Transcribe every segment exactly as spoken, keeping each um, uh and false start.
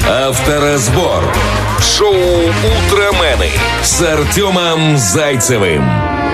Авторазбор. Шоу «Утромены» с Артемом Зайцевым.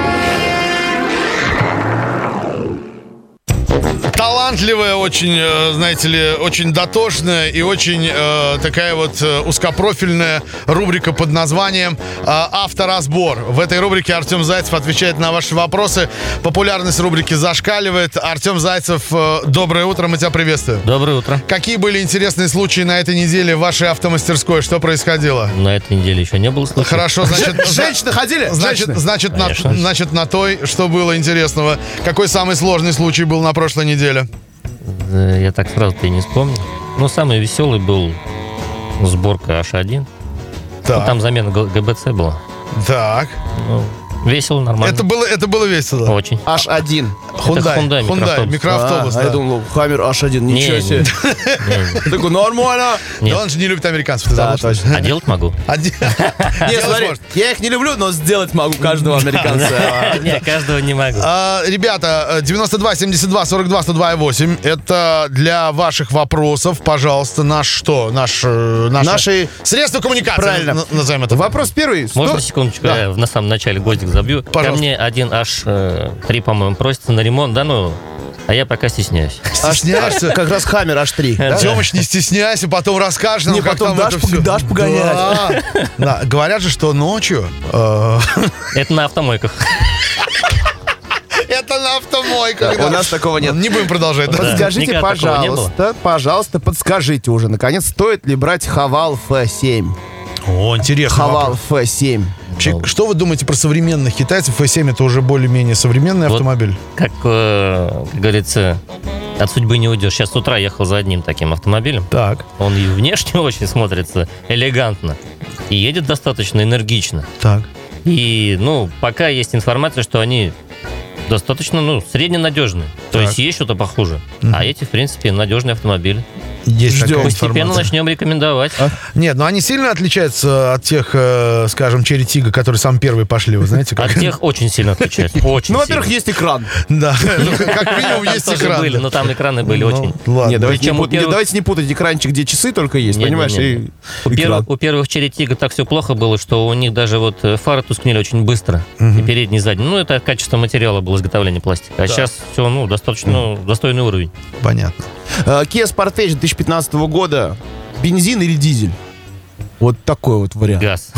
Талантливая, очень, знаете ли, очень дотошная и очень э, такая вот э, узкопрофильная рубрика под названием э, «Авторазбор». В этой рубрике Артем Зайцев отвечает на ваши вопросы. Популярность рубрики зашкаливает. Артем Зайцев, э, доброе утро, мы тебя приветствуем. Доброе утро. Какие были интересные случаи на этой неделе в вашей автомастерской? Что происходило? На этой неделе еще не было случаев. Хорошо, значит... Женщины ходили? Значит, значит, на, Конечно. значит, на той, что было интересного. Какой самый сложный случай был на прошлой неделе? Я так сразу-то и не вспомню. Ну, самый веселый был сборка аш один. Так. Ну, там замена гэ бэ цэ была. Так. Ну, весело, нормально. Это было, это было весело. Очень. аш один. Хундай, Hyundai Hyundai, микроавтобус. микроавтобус. А, да. я думал, Хаммер аш один, ничего Не, себе. не, Такой, нормально. Да Нет. он же не любит американцев, ты Да, забыл, что точно. А делать могу. Один- Не, Делать смотри, может. я их не люблю, но сделать могу каждого американца. Не, каждого не могу. А, ребята, девяносто два семьдесят два сорок два сто два восемь. Это для ваших вопросов, пожалуйста, наш что? Наш, э, наше Наши- средства коммуникации. Правильно. н- Назовем это. Вопрос первый. Сто- Можно секундочку, Да. я на самом начале гвоздик забью. Пожалуйста. Ко мне один аш три, по-моему, просится на ремонт, да, ну, а я пока стесняюсь. Стесняешься? Как раз Хаммер аш три. да? Тёмыч, не стесняйся, потом расскажешь нам, Не, как потом там дашь это пог- всё. дашь погонять. Да. Да, говорят же, что ночью... э, Это на автомойках. Это на автомойках. У да. нас такого нет. Не будем продолжать. да. Подскажите, Никогда такого не было. пожалуйста, пожалуйста, подскажите уже, наконец, стоит ли брать Хавал эф семь? О, интересно. Хавал эф семь. Вообще, что вы думаете про современных китайцев? эф семь это уже более-менее современный Вот. автомобиль. Как, э, как говорится, от судьбы не уйдешь. Сейчас с утра ехал за одним таким автомобилем. Так, Он и внешне очень смотрится элегантно. И едет достаточно энергично. так. И, ну, пока есть информация, что они достаточно, ну, средненадежные. То Так. есть есть что-то похуже. А эти, в принципе, надежные автомобили. Есть Ждем. такая Постепенно информация. начнем рекомендовать. Нет, но они сильно отличаются от тех, э, скажем, Черри Тига, которые самые первые пошли, вы знаете? Как... От тех очень сильно отличаются. Очень Ну, во-первых, сильно. есть экран. Да, ну, как минимум Там есть тоже экран. были, но там экраны были Ну, очень... ладно. Нет, давайте не, Причем у пут- не- первых- давайте не путать экранчик, где часы только есть, Не, не, понимаешь? не. и У, экран. первых, у первых Черри Тига так все плохо было, что у них даже вот э, фары тускнели очень быстро. И передний, и задний. Ну, это качество материала было изготовления пластика. А сейчас все, ну, достаточно ну, достойный уровень. Понятно. Э, Kia Sportage две тысячи пятнадцатого года. Бензин или дизель? Вот такой вот вариант. Газ.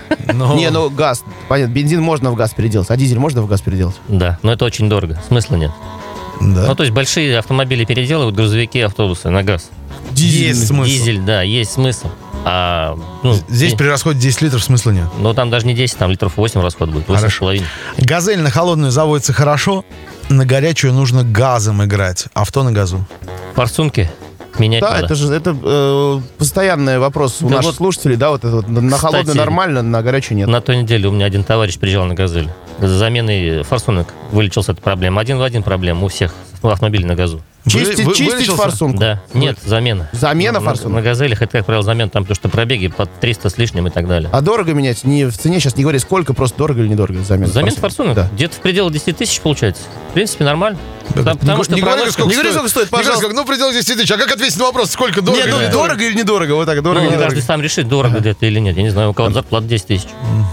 Не, ну газ. Понятно, бензин можно в газ переделать, а дизель можно в газ переделать? Да, но это очень дорого. Смысла нет. Да. Ну, то есть большие автомобили переделывают, грузовики, автобусы на газ. Есть смысл. Дизель, да, есть смысл. А, ну, Здесь и- при расходе десять литров смысла нет. ну, там даже не десять, там литров восемь расход будет, восемь с Хорошо. половиной. Газель на холодную заводится хорошо, на горячую нужно газом играть. Авто на газу. Форсунки менять Да, надо. это же это э, постоянный вопрос у Да наших вот, слушателей, да, вот это вот на кстати, холодную нормально, на горячую нет. На той неделе у меня один товарищ приезжал на «Газель». С заменой форсунок вылечился эта проблема. Один в один проблема у всех автомобилей на газу. Чистить, Вы- вы- чистить вылечился? форсунку. Да, нет, замена. Замена На- форсунок? На «Газелях» это, как правило, замена, там, потому что пробеги под триста с лишним и так далее. А дорого менять? Не в цене сейчас не говори, сколько, просто дорого или недорого замена Замена форсунок? форсунок Да. где-то в пределах десять тысяч получается. В принципе, нормально. Потому, Не потому го- что не говори, проложка- сколько Не говори, стоит. сколько стоит, Не говори, пожалуйста. сколько- Ну, в пределах десяти тысяч. А как ответить на вопрос, сколько дорого? Не, ну или недорого? дорого или недорого? Вот так, дорого Ну, или недорого? каждый сам решит, дорого где-то или нет. Я не знаю, у кого зарплата десять тысяч.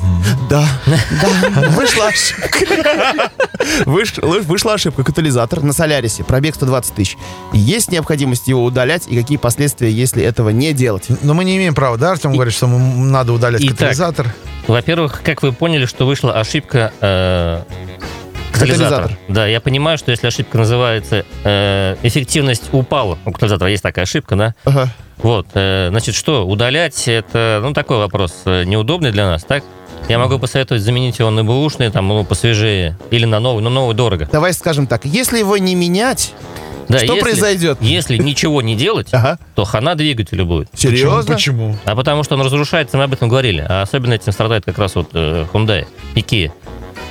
Да, да, вышла ошибка. Вышла, вышла ошибка. Катализатор на Солярисе, пробег сто двадцать тысяч. Есть необходимость его удалять и какие последствия, если этого не делать? Но мы не имеем права, да, Артем говорит, что м- надо удалять Итак. катализатор. Во-первых, как вы поняли, что вышла ошибка э, Катализатор. катализатора. Да, я понимаю, что если ошибка называется э, эффективность упала, у катализатора есть такая ошибка, да? Ага. Вот, э, значит, что, удалять, это, ну, такой вопрос э, неудобный для нас, так? Я могу посоветовать заменить его на бэушный, там, ну, посвежее, или на новый, но новый дорого. Давай скажем так, если его не менять, Да, что если- произойдет? Если ничего не делать, Ага. то хана двигателю будет. Серьезно? Почему? А потому что он разрушается, мы об этом говорили. А особенно этим страдает как раз вот э, Hyundai и Kia.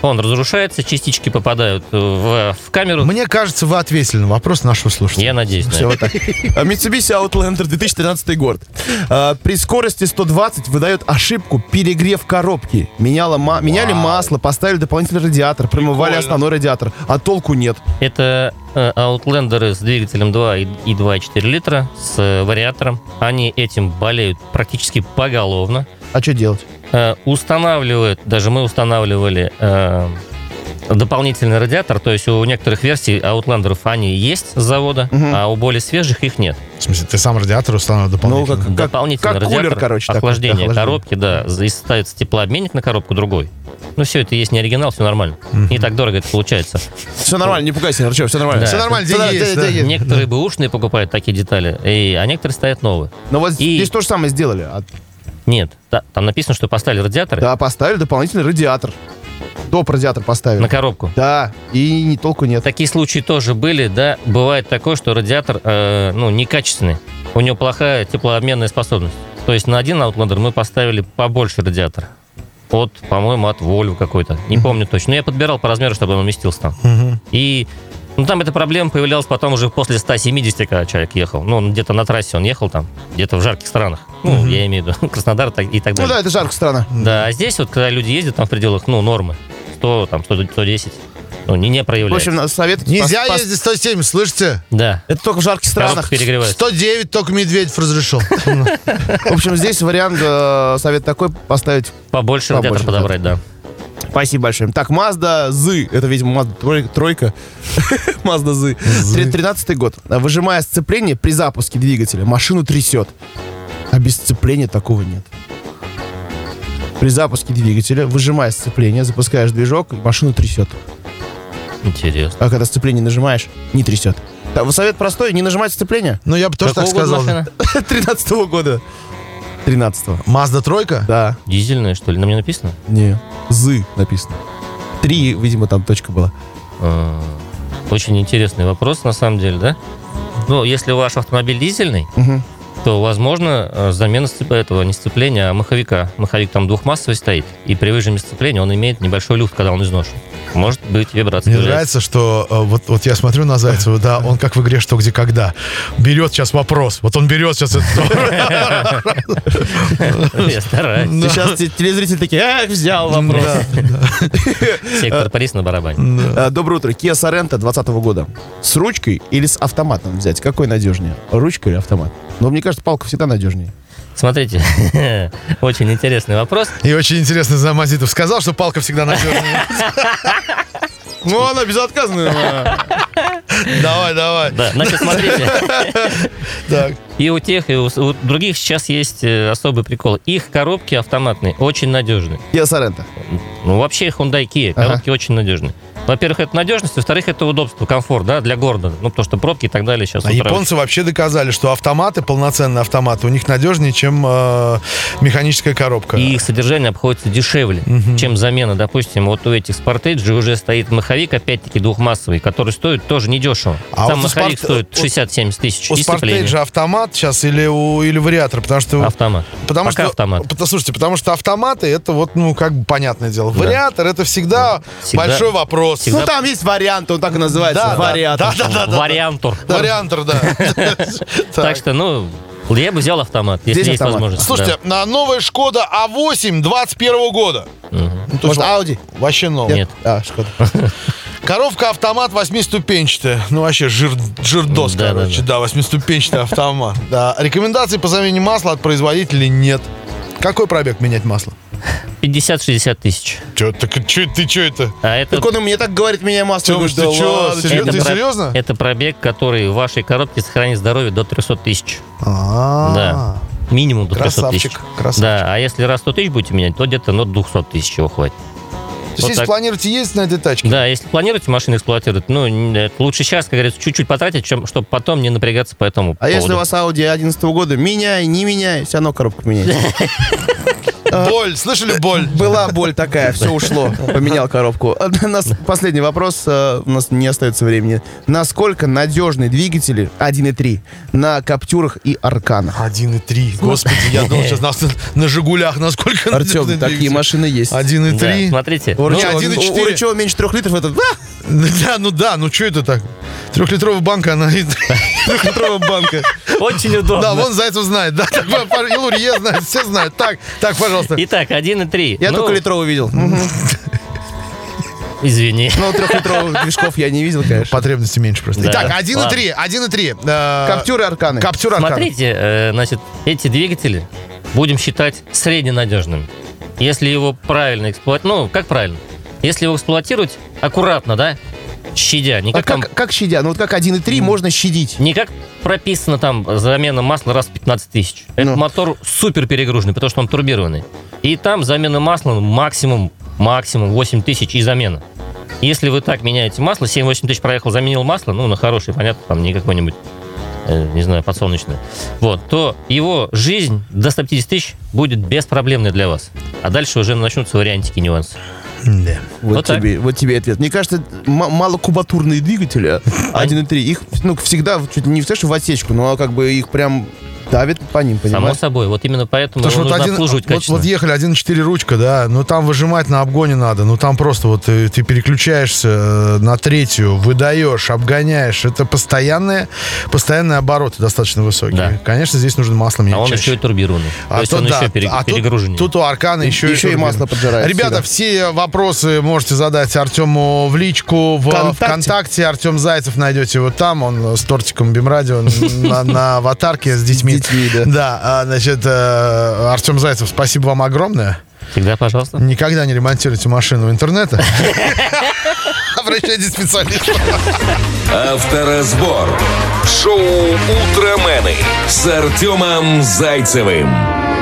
Он разрушается, частички попадают в, в камеру. Мне кажется, вы ответили на вопрос нашего слушателя. Я надеюсь, Все да. вот так. А Mitsubishi Outlander две тысячи тринадцатый год. А, при скорости сто двадцать выдает ошибку перегрев коробки. Меняла ма- меняли масло, поставили дополнительный радиатор, промывали Прикольно. основной радиатор. А толку нет. Это э, Outlander с двигателем два и два и четыре литра, с э, вариатором. Они этим болеют практически поголовно. А что делать? Э, устанавливают, даже мы устанавливали э, дополнительный радиатор, то есть у некоторых версий Outlander'ов они есть с завода, а у более свежих их нет. В смысле, ты сам радиатор установил Ну, дополнительно? как, как, Дополнительный как радиатор, кулер, короче. такой, охлаждение да, коробки, да, и ставится теплообменник на коробку другой. Ну, все это есть не оригинал, все нормально. Не так дорого это получается. Все нормально, не пугайся, Арчев, все нормально. Да. Все нормально, Всё деньги есть, да, да. деньги есть. Некоторые бэушные покупают такие детали, и, а некоторые ставят новые. Но вот И- здесь то же самое сделали. А- Нет, та- там написано, что поставили радиаторы Да, поставили дополнительный радиатор. Доп. Радиатор поставили. на коробку. Да, и ни толку нет. Такие случаи тоже были, да. Бывает такое, что радиатор, э, ну, некачественный. У него плохая теплообменная способность. То есть на один Outlander мы поставили побольше радиатор. От, по-моему, от Volvo какой-то. Не помню точно. Но я подбирал по размеру, чтобы он уместился там. И ну, там эта проблема появлялась потом уже после ста семидесяти, когда человек ехал. Ну, он где-то на трассе он ехал там, где-то в жарких странах. Ну, я имею в виду Краснодар так- и так Ну далее. да, это жарко страна. Да, а здесь вот, когда люди ездят там в пределах, ну, нормы, сто, там, сто, сто десять, ну, не, не В проявляется. общем, совет... Нельзя пос- пос- ездить сто семь, слышите? Да. Это только в жарких Коробка странах. перегревается. сто девять только Медведев разрешил. В общем, здесь вариант, э, совет такой, поставить. Побольше Побольше радиатор подобрать, да. Спасибо большое. Так, Mazda Z, это, видимо, Mazda трой- тройка. Mazda Z. Три- тринадцатый год. Выжимая сцепление при запуске двигателя, машину трясет. А без сцепления такого нет. При запуске двигателя, выжимая сцепление, запускаешь движок, и машину трясет. Интересно. А когда сцепление нажимаешь, не трясет. Так, совет простой, не нажимать сцепление. Ну, я бы тоже так Какого года сказал. машина? тринадцатого года. тринадцатого. Мазда тройка? Да. Дизельная, что ли? На мне написано? Не. З написано. Три, видимо, там точка была. А, Очень интересный вопрос, на самом деле, да? Ну, если ваш автомобиль дизельный, Мгм. то, возможно, э, замена сцеп- этого не сцепления, а маховика. Маховик там двухмассовый стоит, и при выжиме сцепления он имеет небольшой люфт, когда он изношен. Может быть, вибрация Мне появляется. нравится, что э, вот, вот я смотрю на Зайцева, да, он как в игре «Что, где, когда». Берет сейчас вопрос. Вот он берет сейчас это. Я стараюсь. Ты сейчас телезрители такие, эх, взял вопрос. Сектор приз на барабане. А, Доброе утро. Kia Sorento двадцатого года. С ручкой или с автоматом взять? Какой надежнее? Ручка или автомат? Ну, мне кажется, палка всегда надежнее. Смотрите, очень интересный вопрос. И очень интересно, Замазитов сказал, что палка всегда надежная. Ну, она безотказная. Давай, давай. Да, значит, смотрите. Так. И у тех, и у, у других сейчас есть э, особый прикол. Их коробки автоматные очень надежные. Kia Sorento. Ну, вообще Hyundai Kia, коробки очень надежные. Во-первых, это надежность, во-вторых, это удобство, комфорт, да, для города. Ну, потому что пробки и так далее сейчас. А японцы вообще доказали, что автоматы, полноценные автоматы, у них надежнее, чем э, механическая коробка. И их содержание обходится дешевле, чем замена. Допустим, вот у этих Sportage уже стоит маховик, опять-таки двухмассовый, который стоит тоже недешево. А Сам вот у маховик Спарт- стоит у- шестьдесят-семьдесят тысяч. У и сцепление. Sportage автомат сейчас или, у, или вариатор? Потому что... Автомат. Потому Пока что, автомат. пото- Слушайте, потому что автоматы, это вот, ну, как бы понятное дело. Вариатор, это всегда, Всегда- большой вопрос. всегда- Ну, там есть вариант, он так и называется. Да, да, Вариатор. да, да, да. Вариантор. Вариантор, да. Так Так. что, ну, я бы взял автомат, если Здесь есть автомат. возможность. Слушайте, на новая Шкода А восемь двадцать первого года. Да. Мгм. Ну, то Может, есть Audi? Вообще новый. Нет. А, Шкода. Коробка автомат восьмиступенчатая. Ну, вообще жир, жирдос, Да, короче. да, да. Да, восьмиступенчатый автомат. Да. Рекомендаций по замене масла от производителей нет. Какой пробег менять масло? пятьдесят-шестьдесят тысяч. Че, так, чё, ты что это? А это, Так он и мне так говорит, меня масло. Тёмыч, Я говорю, ты да чё, ладно, серьёзно? это Ты про- серьезно? это пробег, который в вашей коробке сохранит здоровье до трехсот тысяч. А, Да. Минимум до трехсот тысяч. Красавчик, красавчик. Да, а если раз сто тысяч будете менять, то где-то ну, двухсот тысяч его хватит. То есть, Вот если так. планируете ездить на этой тачке, Да, если планируете машину эксплуатировать, ну, н- это лучше сейчас, как говорится, чуть-чуть потратить, чем, чтобы потом не напрягаться по этому А если у поводу. вас Audi одиннадцатого года, меняй, не меняй, все равно коробку меняйте. Боль, слышали боль? Была боль такая, все ушло. Поменял коробку. У нас последний вопрос, э, у нас не остается времени. Насколько надежны двигатели один и три на Каптюрах и Арканах? один и три. Господи, я думал сейчас на, на Жигулях насколько Артем, надежный такие двигатель. машины есть. один и три. Да, смотрите. У Не, Рычева, один и у- у четыре. Рычева меньше трех литров, это... а! Да, ну да, ну что это так? Трехлитровая банка, она... Трехлитровая банка. Очень удобно. Да, вон Зайцев знает. Да, так, и Лурье знает, все знают. Так, так, пожалуйста. Итак, один и три. Я Ну, только литровый видел. Мгм. Извини. Ну, трехлитровых движков я не видел, конечно. Потребности меньше просто. Да. Итак, один и Ладно. три, один и три. Э, Каптюры, Арканы. Каптюр, Аркан. Смотрите, э, значит, эти двигатели будем считать средненадежными. Если его правильно эксплуатировать, ну, как правильно? Если его эксплуатировать аккуратно, да, щадя, не А как, там, как, как щадя? Ну, вот как один и три можно щадить. не как прописано там замена масла раз в пятнадцать тысяч. Этот Ну. мотор супер перегруженный, потому что он турбированный. И там замена масла максимум, максимум восемь тысяч и замена. Если вы так меняете масло, семь-восемь тысяч проехал, заменил масло, ну, на хорошее, понятно, там не какой-нибудь, э, не знаю, подсолнечное, вот, то его жизнь до ста пятидесяти тысяч будет беспроблемной для вас. А дальше уже начнутся вариантики, нюансы. Да. Вот, Вот так. тебе, вот тебе ответ. Мне кажется, м- малокубатурные двигатели один и три, их ну, всегда чуть не в то, что в отсечку, но как бы их прям давит по ним, Само понимаешь? собой, вот именно поэтому Потому его что вот, нужно один, обслуживать вот, качественно. вот ехали один и четыре ручка, да, ну там выжимать на обгоне надо, ну там просто вот ты, ты переключаешься э, на третью, выдаешь, обгоняешь, это постоянные, постоянные обороты достаточно высокие. Да. Конечно, здесь нужно масло менять А он чаще. еще и турбированный. А то есть то он да, еще пере- а тут- перегруженнее. Тут, у Аркана еще, Еще и турбированный. масло поджирает Ребята, всегда. все вопросы можете задать Артему в личку в ВКонтакте. ВКонтакте. Артем Зайцев найдете вот там, он с тортиком Бимрадио на, на аватарке с детьми. С детьми, да. Да, а, значит, э, Артем Зайцев, спасибо вам огромное. Всегда, пожалуйста. Никогда не ремонтируйте машину интернета. Обращайтесь к специалисту. Авторазбор. Шоу «Утромены» с Артемом Зайцевым.